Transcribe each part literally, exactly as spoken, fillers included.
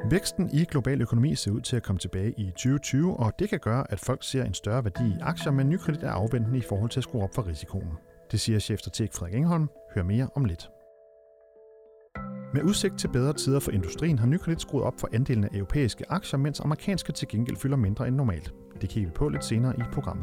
Væksten i global økonomi ser ud til at komme tilbage i tyve tyve, og det kan gøre, at folk ser en større værdi i aktier, men Nykredit er afventende i forhold til at skrue op for risikoen. Det siger chefstrateg Frederik Engholm. Hør mere om lidt. Med udsigt til bedre tider for industrien har Nykredit skruet op for andelen af europæiske aktier, mens amerikanske til gengæld fylder mindre end normalt. Det kigger vi på lidt senere i programmet.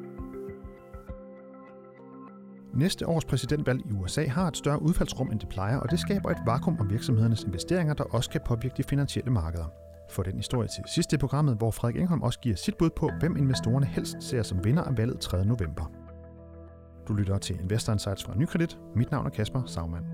Næste års præsidentvalg i U S A har et større udfaldsrum, end det plejer, og det skaber et vakuum om virksomhedernes investeringer, der også kan påvirke de finansielle markeder. Få den historie til sidst i programmet, hvor Frederik Engholm også giver sit bud på, hvem investorerne helst ser som vinder af valget tredje november. Du lytter til Investor Insights fra Nykredit. Mit navn er Kasper Sagmann.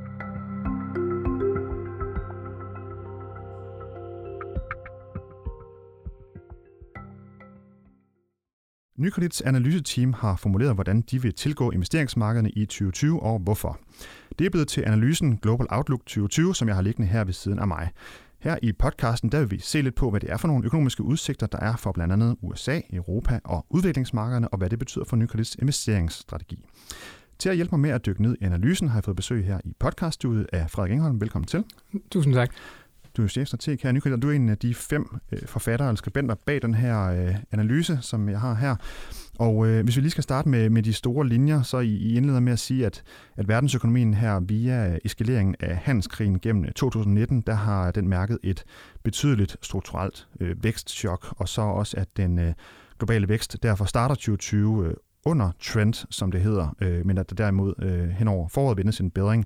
Nykredits analyseteam har formuleret, hvordan de vil tilgå investeringsmarkederne i tyve tyve og hvorfor. Det er blevet til analysen Global Outlook tyve tyve, som jeg har liggende her ved siden af mig. Her i podcasten der vil vi se lidt på, hvad det er for nogle økonomiske udsigter, der er for blandt andet U S A, Europa og udviklingsmarkederne, og hvad det betyder for Nykredits investeringsstrategi. Til at hjælpe mig med at dykke ned i analysen, har jeg fået besøg her i podcaststudiet af Frederik Engholm. Velkommen til. Tusind tak. Du er chefstrateg her i Nykredit, og du er en af de fem øh, forfattere eller skribenter bag den her øh, analyse, som jeg har her. Og øh, hvis vi lige skal starte med, med de store linjer, så I, I indleder med at sige, at, at verdensøkonomien her via eskaleringen af handelskrigen gennem to tusind nitten, der har den mærket et betydeligt strukturelt øh, vækstchok, og så også, at den øh, globale vækst derfor starter tyve tyve øh, under trend, som det hedder, øh, men at der derimod øh, henover foråret vendes en bedring,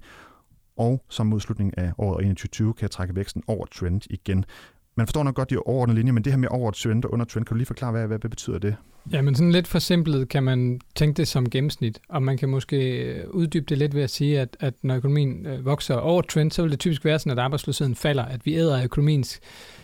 og som mod slutningen af året enogtyve tyve kan trække væksten over trend igen. Man forstår nok godt de overordnede linjer, men det her med over trend og under trend, kan du lige forklare, hvad, hvad, hvad betyder det? Ja, men sådan lidt forsimplet kan man tænke det som gennemsnit, og man kan måske uddybe det lidt ved at sige, at, at når økonomien vokser over trend, så vil det typisk være sådan, at arbejdsløsheden falder, at vi æder økonomiens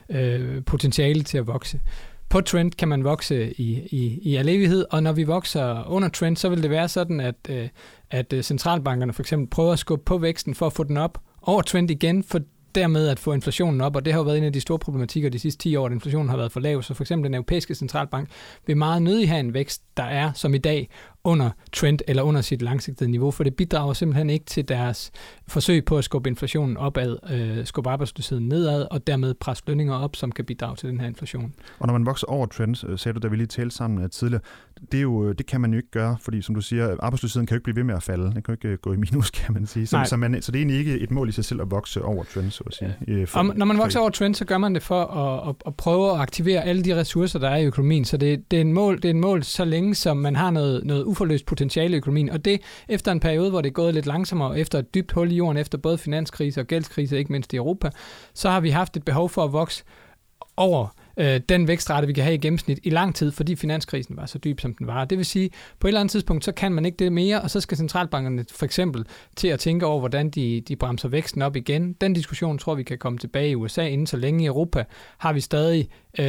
øh, potentiale til at vokse. På trend kan man vokse i, i, i al evighed, og når vi vokser under trend, så vil det være sådan, at, øh, at centralbankerne for eksempel prøver at skubbe på væksten for at få den op over trend igen, for dermed at få inflationen op, og det har jo været en af de store problematikker de sidste ti år, at inflationen har været for lav, så for eksempel den europæiske centralbank vil meget nødig have en vækst, der er som i dag under trend eller under sit langsigtede niveau, for det bidrager simpelthen ikke til deres forsøg på at skubbe inflationen opad, øh, skubbe arbejdsløsheden nedad, og dermed presse lønninger op, som kan bidrage til den her inflation. Og når man vokser over trend, sagde du, da vi lige talte sammen tidligere, det, er jo, det kan man jo ikke gøre, fordi som du siger, arbejdsløsheden kan jo ikke blive ved med at falde. Den kan jo ikke gå i minus, kan man sige. Så, så, man, så det er egentlig ikke et mål i sig selv at vokse over trend, så at sige. Ja. For, når man vokser over trend, så gør man det for at, at, at prøve at aktivere alle de ressourcer, der er i økonomien. Så det, det, er, en mål, det er en mål, så længe som man har noget, noget uforløst potentiale i økonomien. Og det efter en periode, hvor det er gået lidt langsommere, efter et dybt hul i jorden, efter både finanskrise og gældskrise, ikke mindst i Europa, så har vi haft et behov for at vokse over øh, den vækstrate, vi kan have i gennemsnit i lang tid, fordi finanskrisen var så dyb, som den var. Det vil sige, på et eller andet tidspunkt, så kan man ikke det mere, og så skal centralbankerne for eksempel til at tænke over, hvordan de, de bremser væksten op igen. Den diskussion tror vi kan komme tilbage i U S A, inden så længe i Europa har vi stadig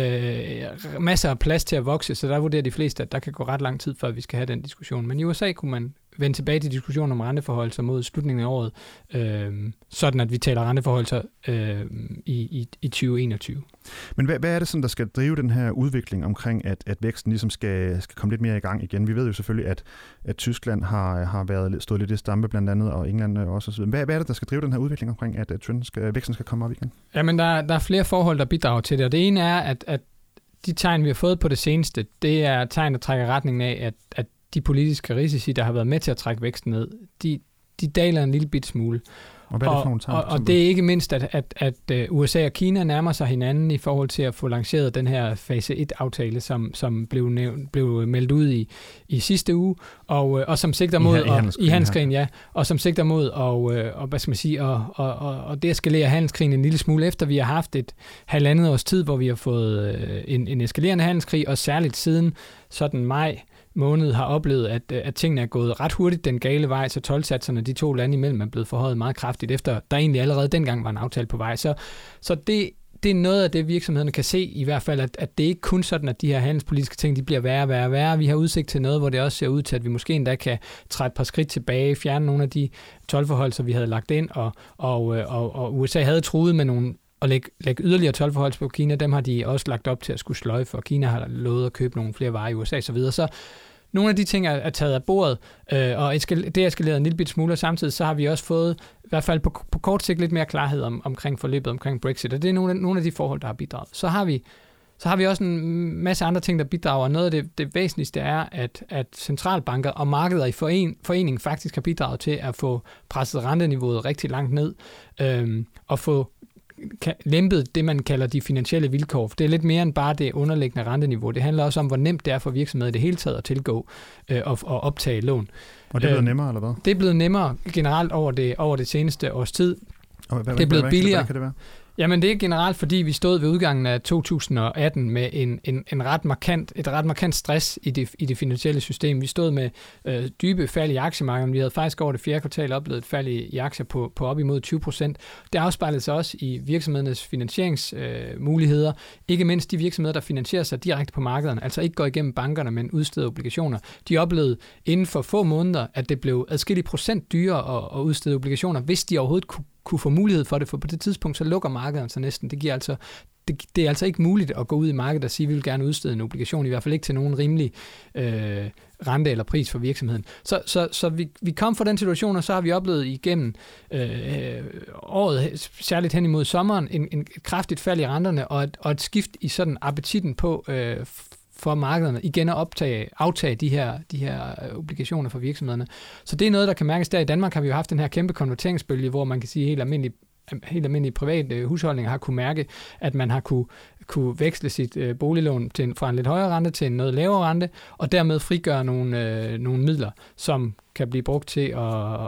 øh, masser af plads til at vokse, så der vurderer de fleste, at der kan gå ret lang tid, før vi skal have den diskussion. Men i U S A kunne man vende tilbage til diskussionen om renteforholdelser mod slutningen af året, øh, sådan at vi taler renteforholdelser øh, i, i, i tyve enogtyve. Men hvad, hvad er det sådan, der skal drive den her udvikling omkring, at, at væksten ligesom skal, skal komme lidt mere i gang igen? Vi ved jo selvfølgelig, at, at Tyskland har, har været, stået lidt i stampe blandt andet, og England også. Hvad, hvad er det, der skal drive den her udvikling omkring, at, at trenden skal, væksten skal komme op igen? Jamen, der, der er flere forhold, der bidrager til det, og det ene er, at, at de tegn, vi har fået på det seneste, det er tegn, der trækker retningen af, at, at de politiske risici, der har været med til at trække væksten ned, de, de daler en lille bit smule. Og hvad er det for nogle tegn? Og, og det er ikke mindst, at, at, at U S A og Kina nærmer sig hinanden i forhold til at få lanceret den her fase et-aftale, som, som blev, nævnt, blev meldt ud i, i sidste uge, og, og som sigter mod I, og, i handelskrigen, ja, og som sigter mod og, og hvad skal man sige, og, og, og, og deeskalere handelskrigen en lille smule, efter vi har haft et halvandet års tid, hvor vi har fået en, en eskalerende handelskrig, og særligt siden sådan maj måned har oplevet, at, at tingene er gået ret hurtigt den gale vej, så toldsatserne de to lande imellem er blevet forhøjet meget kraftigt, efter der egentlig allerede dengang var en aftale på vej. Så, så det, det er noget af det, virksomhederne kan se, i hvert fald, at, at det ikke kun sådan, at de her handelspolitiske ting, de bliver værre og værre og værre. Vi har udsigt til noget, hvor det også ser ud til, at vi måske endda kan træde et par skridt tilbage, fjerne nogle af de toldforholdelser, vi havde lagt ind, og, og, og, og U S A havde truet med nogle og lægge, lægge yderligere toldforholdelser på Kina. Dem har de også lagt op til at skulle sløjfe, for Kina har lovet at købe nogle flere varer i U S A og så videre. Så nogle af de ting er, er taget af bordet, øh, og eskal- det er eskaleret en lille bit smule, og samtidig så har vi også fået, i hvert fald på, på kort sigt, lidt mere klarhed om, omkring forløbet, omkring Brexit, og det er nogle af, nogle af de forhold, der har bidraget. Så har vi Så har vi også en masse andre ting, der bidrager. Noget af det, det væsentligste er, at, at centralbanker og markeder i foren, forening faktisk har bidraget til at få presset renteniveauet rigtig langt ned, øhm, og få lempet det, man kalder de finansielle vilkår. For det er lidt mere end bare det underliggende renteniveau. Det handler også om, hvor nemt det er for virksomheder i det hele taget at tilgå øh, og, og optage lån. Og det er blevet nemmere, eller hvad? Det er blevet nemmere generelt over det, over det seneste års tid. Og hvad, det er blevet hvad, billigere. Hvad kan det være? Jamen det er generelt, fordi vi stod ved udgangen af to tusind atten med en, en, en ret markant, et ret markant stress i det, i det finansielle system. Vi stod med øh, dybe fald i aktiemarkedet. Vi havde faktisk over det fjerde kvartal oplevet et fald i, i aktier på, på op imod tyve procent. Det afspejlede sig også i virksomhedernes finansieringsmuligheder. Øh, ikke mindst de virksomheder, der finansierer sig direkte på markederne, altså ikke går igennem bankerne, men udsteder obligationer. De oplevede inden for få måneder, at det blev adskillige procent dyrere at, at udstede obligationer, hvis de overhovedet kunne kunne få mulighed for det, for på det tidspunkt, så lukker markedet så næsten. Det giver altså, det, det er altså ikke muligt at gå ud i markedet og sige, at vi vil gerne udstede en obligation, i hvert fald ikke til nogen rimelig øh, rente eller pris for virksomheden. Så, så, så vi, vi kom fra den situation, og så har vi oplevet igennem øh, året, særligt hen imod sommeren, en, en kraftigt fald i renterne, og et, og et skift i sådan appetitten på øh, for markederne igen at optage, aftage de her, de her obligationer for virksomhederne. Så det er noget, der kan mærkes der. I Danmark har vi jo haft den her kæmpe konverteringsbølge, hvor man kan sige, at helt almindelige, helt almindelige private husholdninger har kunne mærke, at man har kunne, kunne veksle sit øh, boliglån til en, fra en lidt højere rente til en noget lavere rente, og dermed frigøre nogle, øh, nogle midler, som kan blive brugt til at,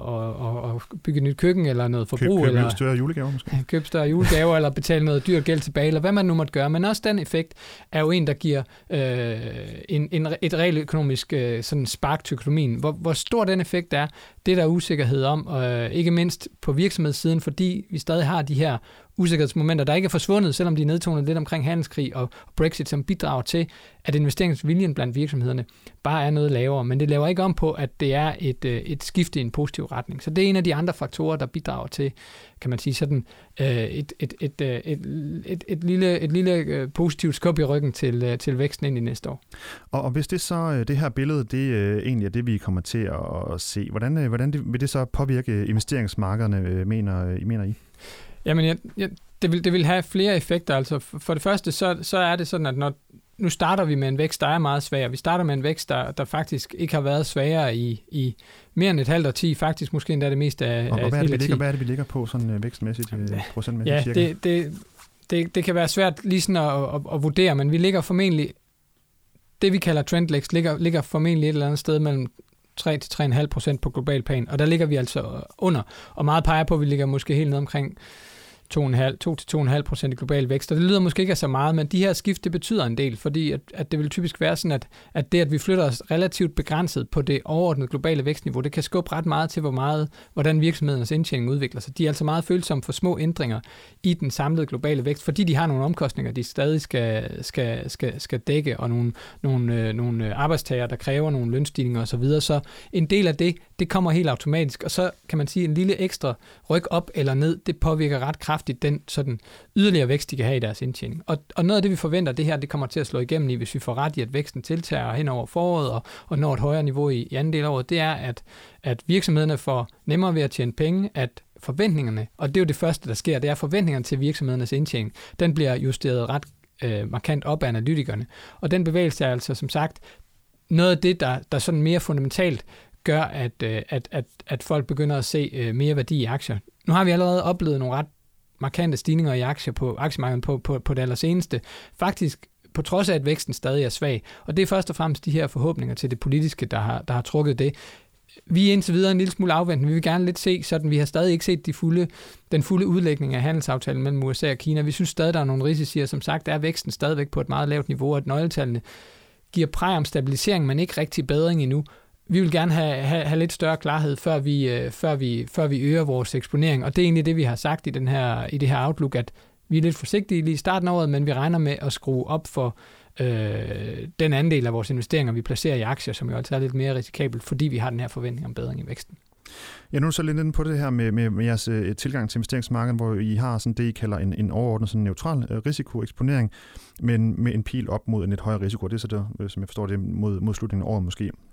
at, at, at bygge et nyt køkken eller noget forbrug. Køb, køb eller større julegaver måske. Køb større julegaver eller betale noget dyrt gæld tilbage, eller hvad man nu måtte gøre. Men også den effekt er jo en, der giver øh, en, en, et reelt økonomisk øh, sådan spark til økonomien. Hvor, hvor stor den effekt er, det er der usikkerhed om, øh, ikke mindst på virksomhedssiden, fordi vi stadig har de her usikkerhedsmomenter, der ikke er forsvundet, selvom de er nedtonet lidt omkring handelskrig og Brexit, som bidrager til, at investeringsviljen blandt virksomhederne bare er noget lavere. Men det laver ikke om på, at det er et, et skift i en positiv retning. Så det er en af de andre faktorer, der bidrager til, kan man sige, sådan et, et, et, et, et, et lille, et lille positivt skub i ryggen til, til væksten ind i næste år. Og, og hvis det så, det her billede, det egentlig er det, vi kommer til at, at se, hvordan, hvordan vil det så påvirke investeringsmarkederne, mener, mener I? Jamen, jeg, jeg, det, vil, det vil have flere effekter. Altså, for det første, så, så er det sådan, at når, nu starter vi med en vækst, der er meget svagere. Vi starter med en vækst, der, der faktisk ikke har været svagere i, i mere end et halvt årti, faktisk måske endda det meste af, og, af og hvad, er det, vi ligger, hvad er det, vi ligger på sådan vækstmæssigt, procentmæssigt? Ja, cirka? det, det, det, det kan være svært lige sådan at, at, at vurdere, men vi ligger formentlig, det vi kalder trendlex, ligger, ligger formentlig et eller andet sted mellem tre til tre komma fem procent på global plan, og der ligger vi altså under, og meget peger på, at vi ligger måske helt ned omkring to til to komma fem procent i global vækst, og det lyder måske ikke af så meget, men de her skift, det betyder en del, fordi at, at det vil typisk være sådan, at, at det, at vi flytter os relativt begrænset på det overordnede globale vækstniveau, det kan skubbe ret meget til, hvor meget, hvordan virksomhedernes indtjening udvikler sig. De er altså meget følsomme for små ændringer i den samlede globale vækst, fordi de har nogle omkostninger, de stadig skal, skal, skal, skal dække, og nogle, nogle, øh, nogle arbejdstager, der kræver nogle lønstigninger osv., så en del af det, det kommer helt automatisk, og så kan man sige, en lille ekstra ryk op eller ned, det påvirker ret kraftigt den sådan yderligere vækst, de kan have i deres indtjening. Og, og noget af det, vi forventer, det her, det kommer til at slå igennem i, hvis vi får ret i, at væksten tiltager hen over foråret og, og når et højere niveau i, i anden del af året, det er, at, at virksomhederne får nemmere ved at tjene penge, at forventningerne, og det er jo det første, der sker, det er forventningerne til virksomhedernes indtjening, den bliver justeret ret øh, markant op af analytikerne. Og den bevægelse er altså, som sagt, noget af det, der, der sådan mere fundamentalt gør, at, at, at, at folk begynder at se mere værdi i aktier. Nu har vi allerede oplevet nogle ret markante stigninger i aktier på aktiemarkedet på, på, på det allerseneste. Faktisk på trods af, at væksten stadig er svag. Og det er først og fremmest de her forhåbninger til det politiske, der har, der har trukket det. Vi er indtil videre en lille smule afventende. Vi vil gerne lidt se, sådan vi har stadig ikke set de fulde, den fulde udlægning af handelsaftalen mellem U S A og Kina. Vi synes stadig, der er nogle risici, og som sagt er væksten stadigvæk på et meget lavt niveau, og at nøgletallene giver præg om stabilisering, men ikke rigtig bedring endnu. Vi vil gerne have, have, have lidt større klarhed, før vi, øh, før, vi, før vi øger vores eksponering. Og det er egentlig det, vi har sagt i, den her, i det her outlook, at vi er lidt forsigtige lige i starten af året, men vi regner med at skrue op for øh, den andel af vores investeringer, vi placerer i aktier, som jo altid er lidt mere risikabelt, fordi vi har den her forventning om bedring i væksten. Ja, nu er så lidt inde på det her med, med, med jeres uh, tilgang til investeringsmarkedet, hvor I har sådan det, I kalder en, en overordnet sådan neutral uh, risikoeksponering, men med en pil op mod en lidt højere risiko. Det er så det, som jeg forstår det, mod, mod slutningen af året måske.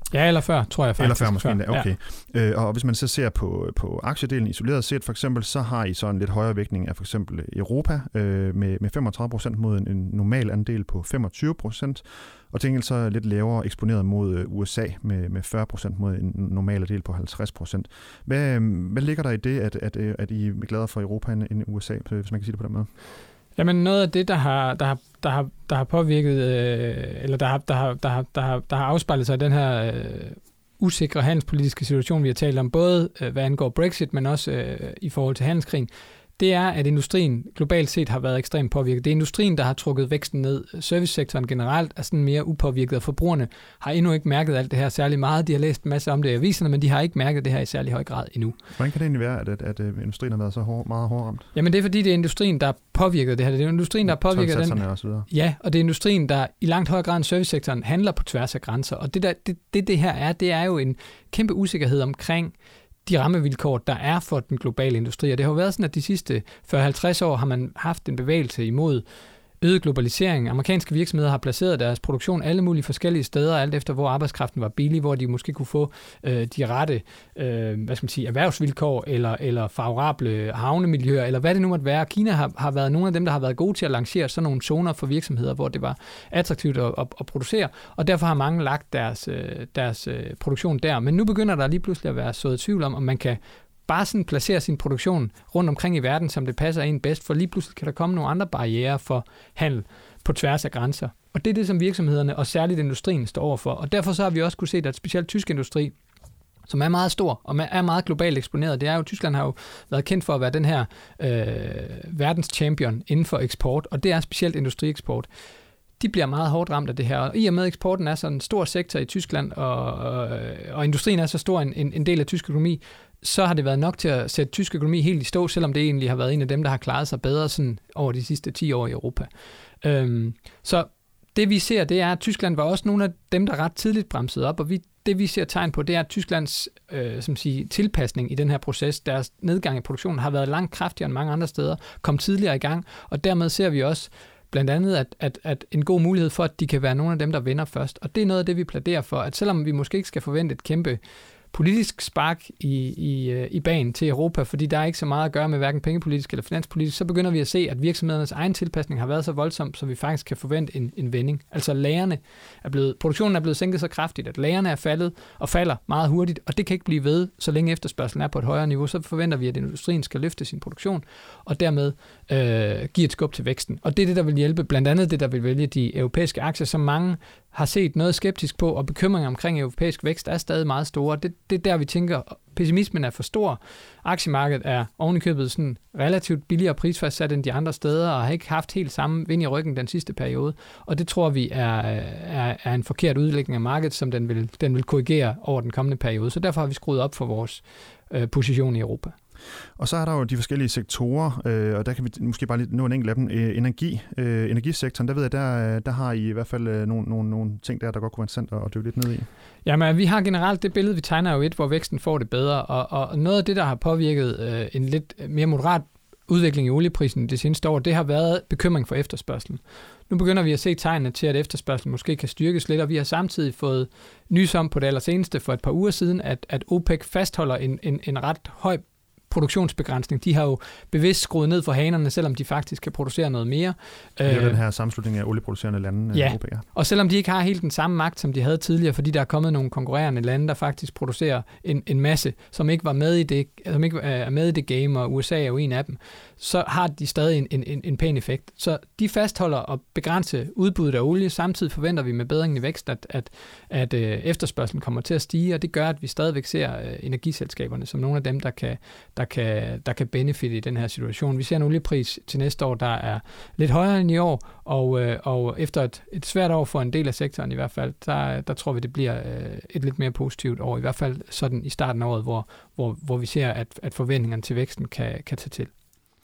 Ja, eller før, tror jeg faktisk. Eller før måske endda, før. okay. Ja. Øh, og hvis man så ser på, på aktiedelen isoleret set, for eksempel, så har I så en lidt højere vægtning af for eksempel Europa øh, med, med femogtredive procent mod en, en normal andel på femogtyve procent, og til gengæld så lidt lavere eksponeret mod U S A med, med fyrre procent mod en normal andel på halvtreds procent. Hvad, hvad ligger der i det, at, at, at I er gladere for Europa end, end U S A, hvis man kan sige det på den måde? Jamen noget af det, der har, der har, der har, der har påvirket, øh, eller der har, der, har, der, har, der, har, der har afspejlet sig i den her øh, usikre handelspolitiske situation, vi har talt om, både øh, hvad angår Brexit, men også øh, i forhold til handelskrigen, det er, at industrien globalt set har været ekstremt påvirket. Det er industrien, der har trukket væksten ned. Servicesektoren generelt er sådan mere upåvirket, og forbrugerne har endnu ikke mærket alt det her særlig meget. De har læst en masse om det i aviserne, men de har ikke mærket det her i særlig høj grad endnu. Hvordan kan det egentlig være, at, at, at industrien har været så hård, meget hårdt ramt? Jamen det er fordi, det er industrien, der har påvirket det her. Det er industrien, der har påvirket den. Og så videre. Ja, og det er industrien, der i langt højere grad end servicesektoren handler på tværs af grænser. Og det, der, det, det, det her er, det er jo en kæmpe usikkerhed omkring de rammevilkår, der er for den globale industri. Og det har jo været sådan, at de sidste fyrre til halvtreds år har man haft en bevægelse imod øget globalisering. Amerikanske virksomheder har placeret deres produktion alle mulige forskellige steder, alt efter hvor arbejdskraften var billig, hvor de måske kunne få øh, de rette øh, hvad skal man sige, erhvervsvilkår eller, eller favorable havnemiljøer, eller hvad det nu måtte være. Kina har, har været nogle af dem, der har været gode til at lancere sådan nogle zoner for virksomheder, hvor det var attraktivt at, at, at producere, og derfor har mange lagt deres, øh, deres øh, produktion der. Men nu begynder der lige pludselig at være sået tvivl om, om man kan bare sådan placere sin produktion rundt omkring i verden, som det passer en bedst, for lige pludselig kan der komme nogle andre barrierer for handel på tværs af grænser. Og det er det, som virksomhederne og særligt industrien står overfor. Og derfor så har vi også kunne se, at specielt tysk industri, som er meget stor og er meget globalt eksponeret, det er jo, Tyskland har jo været kendt for at være den her øh, verdens champion inden for eksport, og det er specielt industrieksport. De bliver meget hårdt ramt af det her. Og i og med eksporten er så en stor sektor i Tyskland, og, og, og industrien er så stor en, en del af tysk økonomi, så har det været nok til at sætte tysk økonomi helt i stå, selvom det egentlig har været en af dem, der har klaret sig bedre sådan over de sidste ti år i Europa. Øhm, så det vi ser, det er, at Tyskland var også nogle af dem, der ret tidligt bremsede op, og vi, det vi ser tegn på, det er, at Tysklands øh, som siger, tilpasning i den her proces, deres nedgang i produktionen, har været langt kraftigere end mange andre steder, kom tidligere i gang, og dermed ser vi også blandt andet, at, at, at en god mulighed for, at de kan være nogle af dem, der vinder først. Og det er noget af det, vi plæderer for, at selvom vi måske ikke skal forvente et kæmpe politisk spark i, i, i banen til Europa, fordi der er ikke så meget at gøre med hverken pengepolitisk eller finanspolitisk, så begynder vi at se, at virksomhedernes egen tilpasning har været så voldsom, så vi faktisk kan forvente en, en vending. Altså lagerne er blevet, produktionen er blevet sænket så kraftigt, at lagerne er faldet og falder meget hurtigt, og det kan ikke blive ved, så længe efterspørgselen er på et højere niveau, så forventer vi, at industrien skal løfte sin produktion, og dermed øh, give et skub til væksten. Og det er det, der vil hjælpe, blandt andet det, der vil vælge de europæiske aktier, som mange har set noget skeptisk på, og bekymringer omkring europæisk vækst er stadig meget store. Det, det er der, vi tænker, pessimismen er for stor. Aktiemarkedet er ovenikøbet sådan relativt billigere prisfastsat end de andre steder, og har ikke haft helt samme vind i ryggen den sidste periode. Og det tror vi er, er, er en forkert udlægning af markedet, som den vil, den vil korrigere over den kommende periode. Så derfor har vi skruet op for vores øh, position i Europa. Og så er der jo de forskellige sektorer, øh, og der kan vi måske bare lige nå en enkelt af dem. Øh, energi, øh, energisektoren, der ved jeg, der, der har I i hvert fald øh, nogle, nogle, nogle ting der, der godt kunne være interessant at dykke lidt ned i. Jamen, vi har generelt det billede, vi tegner jo et, hvor væksten får det bedre, og, og noget af det, der har påvirket øh, en lidt mere moderat udvikling i olieprisen det seneste år, det har været bekymring for efterspørgselen. Nu begynder vi at se tegnene til, at efterspørgselen måske kan styrkes lidt, og vi har samtidig fået nys om på det allerseneste for et par uger siden, at, at OPEC fastholder en, en, en ret høj produktionsbegrænsning. De har jo bevidst skruet ned for hanerne, selvom de faktisk kan producere noget mere. Det er øh, den her sammenslutning af olieproducerende lande. Ja, OPEC. Og selvom de ikke har helt den samme magt, som de havde tidligere, fordi der er kommet nogle konkurrerende lande, der faktisk producerer en, en masse, som ikke var med i det, som ikke er med i det game, og U S A er jo en af dem, så har de stadig en, en, en pæn effekt. Så de fastholder at begrænse udbuddet af olie. Samtidig forventer vi med bedringen i vækst, at, at, at efterspørgselen kommer til at stige, og det gør, at vi stadigvæk ser energiselskaberne som nogle af dem, der kan, der kan, der kan benefitte i den her situation. Vi ser en oliepris til næste år, der er lidt højere end i år, og, og efter et, et svært år for en del af sektoren i hvert fald, der, der tror vi, det bliver et lidt mere positivt år, i hvert fald sådan i starten af året, hvor, hvor, hvor vi ser, at, at forventningerne til væksten kan, kan tage til.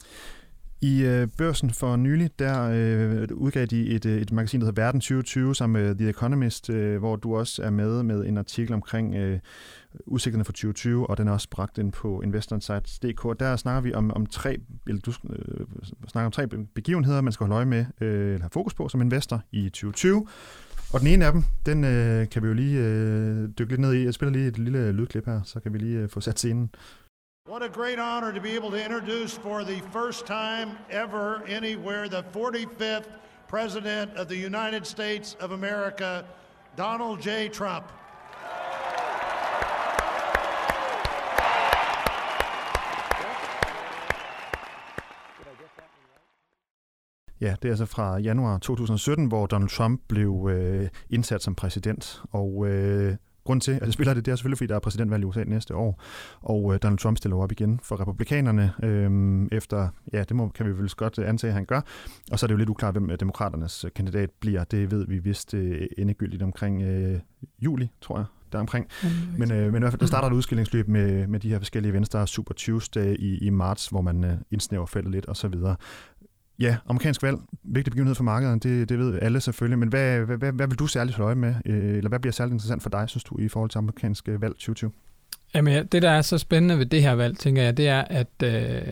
I øh, børsen for nylig, der øh, udgav de et, et magasin, der hedder Verden tyve tyve, sammen med The Economist, øh, hvor du også er med med en artikel omkring øh, udsigterne for tyve tyve, og den er også bragt ind på investorinsights punktum d k. Der snakker vi om, om tre, eller du øh, snakker om tre begivenheder, man skal holde øje med, øh, eller have fokus på som investor i tyve tyve. Og den ene af dem, den øh, kan vi jo lige øh, dykke lidt ned i. Jeg spiller lige et lille lydklip her, så kan vi lige øh, få sat scenen. What a great honor to be able to introduce for the first time ever anywhere the forty-fifth President of the United States of America, Donald J. Trump. Ja, det er altså fra januar to tusind og sytten, hvor Donald Trump blev øh, indsat som præsident. Og øh, grund til, at jeg spiller det, det er selvfølgelig, fordi der er præsidentvalg i U S A næste år. Og øh, Donald Trump stiller op igen for republikanerne øh, efter, ja, det må, kan vi vel godt antage, at han gør. Og så er det jo lidt uklart, hvem demokraternes kandidat bliver. Det ved vi vist øh, endegyldigt omkring øh, juli, tror jeg. Deromkring. Men, øh, men i hvert fald, der starter et udskillingsløb med, med de her forskellige venstre Super Tuesday i, i marts, hvor man øh, indsnæver feltet lidt og så videre. Ja, amerikansk valg, vigtig begivenhed for markedet, det, det ved alle selvfølgelig, men hvad, hvad, hvad, hvad vil du særligt holde øje med, eller hvad bliver særligt interessant for dig, synes du, i forhold til amerikansk valg tyve tyve? Jamen, det der er så spændende ved det her valg, tænker jeg, det er, at øh,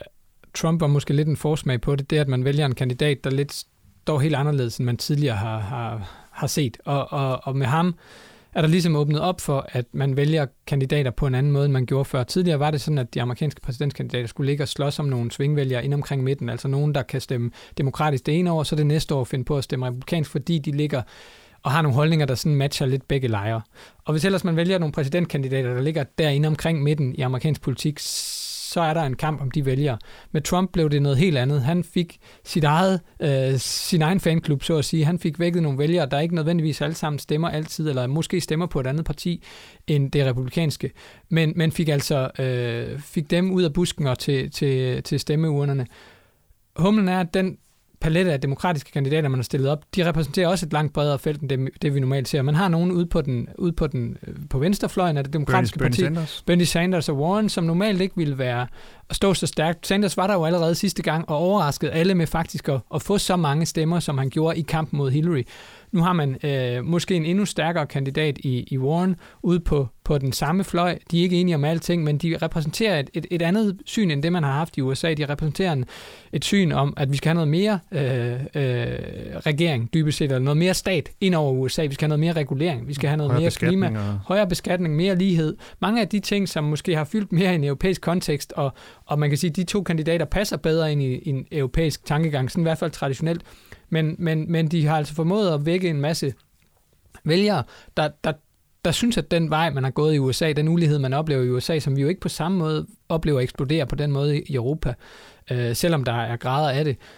Trump var måske lidt en forsmag på det, det er, at man vælger en kandidat, der lidt står helt anderledes, end man tidligere har, har, har set, og, og, og med ham er der ligesom åbnet op for, at man vælger kandidater på en anden måde, end man gjorde før. Tidligere var det sådan, at de amerikanske præsidentskandidater skulle ligge og slås om nogle svingvælgere ind omkring midten, altså nogen, der kan stemme demokratisk det ene år, så det næste år finde på at stemme republikansk, fordi de ligger og har nogle holdninger, der sådan matcher lidt begge lejre. Og hvis ellers man vælger nogle præsidentkandidater, der ligger derinde omkring midten i amerikansk politik, så er der en kamp om de vælgere. Med Trump blev det noget helt andet. Han fik sit eget, øh, sin egen fanklub, så at sige. Han fik vækket nogle vælgere, der ikke nødvendigvis alle sammen stemmer altid, eller måske stemmer på et andet parti end det republikanske, men, men fik altså øh, fik dem ud af busken og til, til, til stemmeurnerne. Humlen er, at den palette af demokratiske kandidater, man har stillet op, de repræsenterer også et langt bredere felt, end det, det vi normalt ser. Man har nogen ude på den, ude på den på venstrefløjen af det demokratiske Bernie, parti, Bernie Sanders. Bernie Sanders og Warren, som normalt ikke ville være at stå så stærkt. Sanders var der jo allerede sidste gang og overraskede alle med faktisk at, at få så mange stemmer, som han gjorde i kampen mod Hillary. Nu har man øh, måske en endnu stærkere kandidat i, i Warren ude på, på den samme fløj. De er ikke enige om alting, men de repræsenterer et, et, et andet syn, end det man har haft i U S A. De repræsenterer en, et syn om, at vi skal have noget mere øh, øh, regering, dybest set, eller noget mere stat ind over U S A. Vi skal have noget mere regulering. Vi skal have noget højere mere klima, og... højere beskatning, mere lighed. Mange af de ting, som måske har fyldt mere i en europæisk kontekst, og, og man kan sige, at de to kandidater passer bedre ind i, i en europæisk tankegang, sådan i hvert fald traditionelt. Men, men, men de har altså formået at vække en masse vælgere, der, der, der synes, at den vej, man har gået i U S A, den ulighed, man oplever i U S A, som vi jo ikke på samme måde oplever at eksplodere på den måde i Europa, øh, selvom der er grader af det.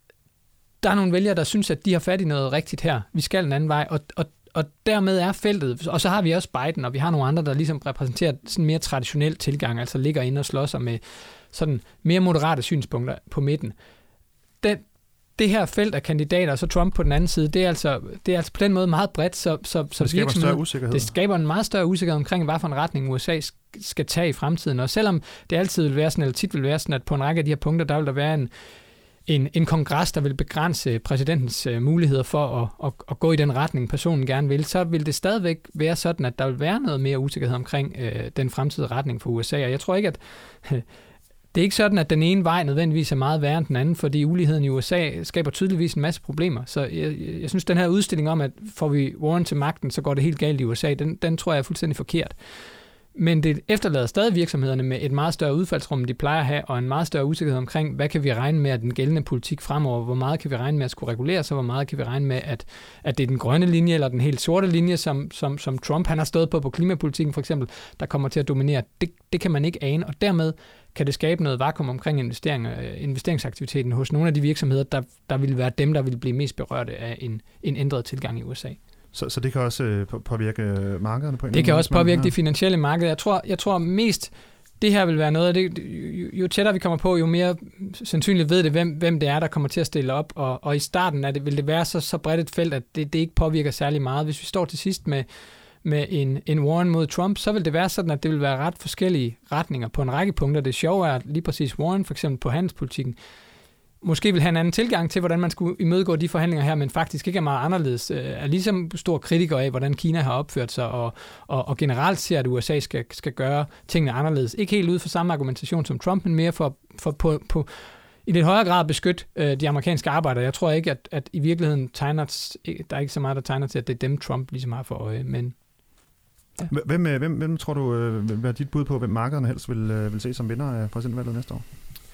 Der er nogle vælgere, der synes, at de har fat i noget rigtigt her. Vi skal en anden vej, og, og, og dermed er feltet, og så har vi også Biden, og vi har nogle andre, der ligesom repræsenterer sådan en mere traditionel tilgang, altså ligger inde og slår sig med sådan mere moderate synspunkter på midten. Den Det her felt af kandidater, og så Trump på den anden side, det er altså, det er altså på den måde meget bredt, så, så, så det skaber større usikkerhed. Det skaber en meget større usikkerhed omkring, hvad for en retning U S A skal tage i fremtiden. Og selvom det altid vil være sådan, eller tit vil være sådan, at på en række af de her punkter, der vil der være en, en, en kongres, der vil begrænse præsidentens uh, muligheder for at, at, at gå i den retning, personen gerne vil, så vil det stadigvæk være sådan, at der vil være noget mere usikkerhed omkring uh, den fremtidige retning for U S A. Og jeg tror ikke, at uh, det er ikke sådan, at den ene vej nødvendigvis er meget værre end den anden, fordi uligheden i U S A skaber tydeligvis en masse problemer. Så jeg, jeg synes, den her udstilling om, at får vi Warren til magten, så går det helt galt i U S A, den, den tror jeg er fuldstændig forkert. Men det efterlader stadig virksomhederne med et meget større udfaldsrum, end de plejer at have, og en meget større usikkerhed omkring, hvad kan vi regne med, at den gældende politik fremover, hvor meget kan vi regne med at skulle regulere sig, hvor meget kan vi regne med, at, at det er den grønne linje, eller den helt sorte linje, som, som, som Trump han har stået på på klimapolitikken for eksempel, der kommer til at dominere. Det, det kan man ikke ane, og dermed kan det skabe noget vakuum omkring investeringer, investeringsaktiviteten hos nogle af de virksomheder, der, der vil være dem, der vil blive mest berørte af en, en ændret tilgang i U S A. Så, så det kan også påvirke markederne på en Det kan måde, også påvirke de finansielle markeder. Jeg tror, jeg tror mest, det her vil være noget af det, jo, jo tættere vi kommer på, jo mere sandsynligt ved det, hvem, hvem det er, der kommer til at stille op. Og, og i starten er det, vil det være så, så bredt et felt, at det, det ikke påvirker særlig meget. Hvis vi står til sidst med, med en, en Warren mod Trump, så vil det være sådan, at det vil være ret forskellige retninger på en række punkter. Det sjove er, at lige præcis Warren, for eksempel på handelspolitikken, måske vil have en anden tilgang til, hvordan man skulle imødegå de forhandlinger her, men faktisk ikke er meget anderledes. Er ligesom stor kritiker af, hvordan Kina har opført sig, og, og, og generelt ser, at U S A skal, skal gøre tingene anderledes. Ikke helt ud for samme argumentation som Trump, men mere for, for på, på i lidt højere grad beskytte øh, de amerikanske arbejdere. Jeg tror ikke, at, at i virkeligheden tegner, der er ikke så meget, der tegner til, at det er dem, Trump ligesom har for øje, men... Ja. Hvem, hvem, hvem tror du øh, vil være dit bud på, hvem markederne helst vil, øh, vil se som vinder af præsidentvalget næste år?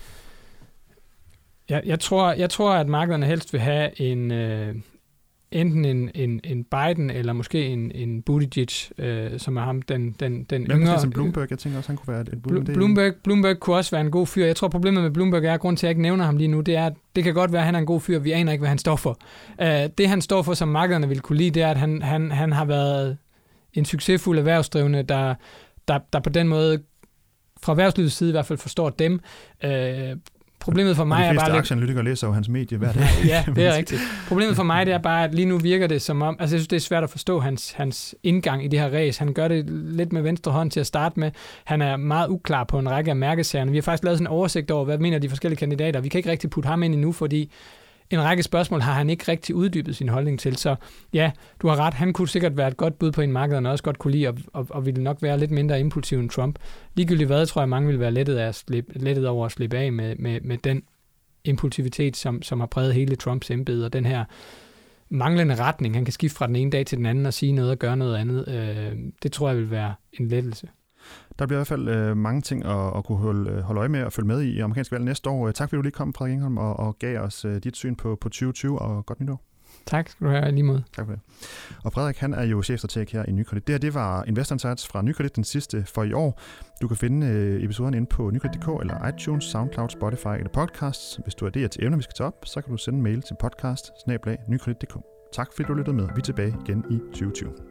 Jeg, jeg, tror, jeg tror, at markederne helst vil have en... Øh, enten en, en, en Biden, eller måske en, en Buttigieg, øh, som er ham, den, den, den Hvem yngre... som Bloomberg? Jeg tænker også, han kunne være et bud. Bl- Bloomberg, Bloomberg kunne også være en god fyr. Jeg tror, problemet med Bloomberg er, grund til, at jeg ikke nævner ham lige nu, det er, at det kan godt være, at han er en god fyr. Vi aner ikke, hvad han står for. Uh, det, han står for, som markederne vil kunne lide, det er, at han, han, han har været en succesfuld erhvervsdrivende, der, der, der på den måde, fra erhvervslivets side i hvert fald, forstår dem. Uh, Problemet for mig er bare... De fleste aktieanalytikere læser jo hans medie hver dag. Ja, det er rigtigt. Problemet for mig det er bare, at lige nu virker det som om... Altså, jeg synes, det er svært at forstå hans, hans indgang i det her race. Han gør det lidt med venstre hånd til at starte med. Han er meget uklar på en række af mærkesagerne. Vi har faktisk lavet sådan en oversigt over, hvad mener de forskellige kandidater. Vi kan ikke rigtig putte ham ind endnu, fordi en række spørgsmål har han ikke rigtig uddybet sin holdning til. Så ja, du har ret. Han kunne sikkert være et godt bud på en marked, og også godt kunne lide, og, og, og ville nok være lidt mindre impulsiv end Trump. Ligegyldigt hvad, tror jeg, mange vil være lettet, af at slippe, lettet over at slippe af med, med, med den impulsivitet, som, som har præget hele Trumps embede, og den her manglende retning. Han kan skifte fra den ene dag til den anden og sige noget og gøre noget andet. Øh, det tror jeg vil være en lettelse. Der bliver i hvert fald øh, mange ting at, at kunne holde, holde øje med og følge med i i amerikansk valg næste år. Tak fordi du lige kom, Frederik Engholm, og, og gav os øh, dit syn på, på tyve tyve, og godt nytår. Tak skal du have, lige mod. Tak for det. Og Frederik, han er jo chefstrateg her i Nykredit. Det her, det var Investor Insights fra Nykredit, den sidste for i år. Du kan finde øh, episoden inde på nykredit punktum d k eller iTunes, SoundCloud, Spotify eller podcasts. Hvis du har idéer til emner, vi skal tage op, så kan du sende en mail til podcast snabel-a nykredit punktum d k. Tak fordi du lyttede med. Vi er tilbage igen i tyve tyve.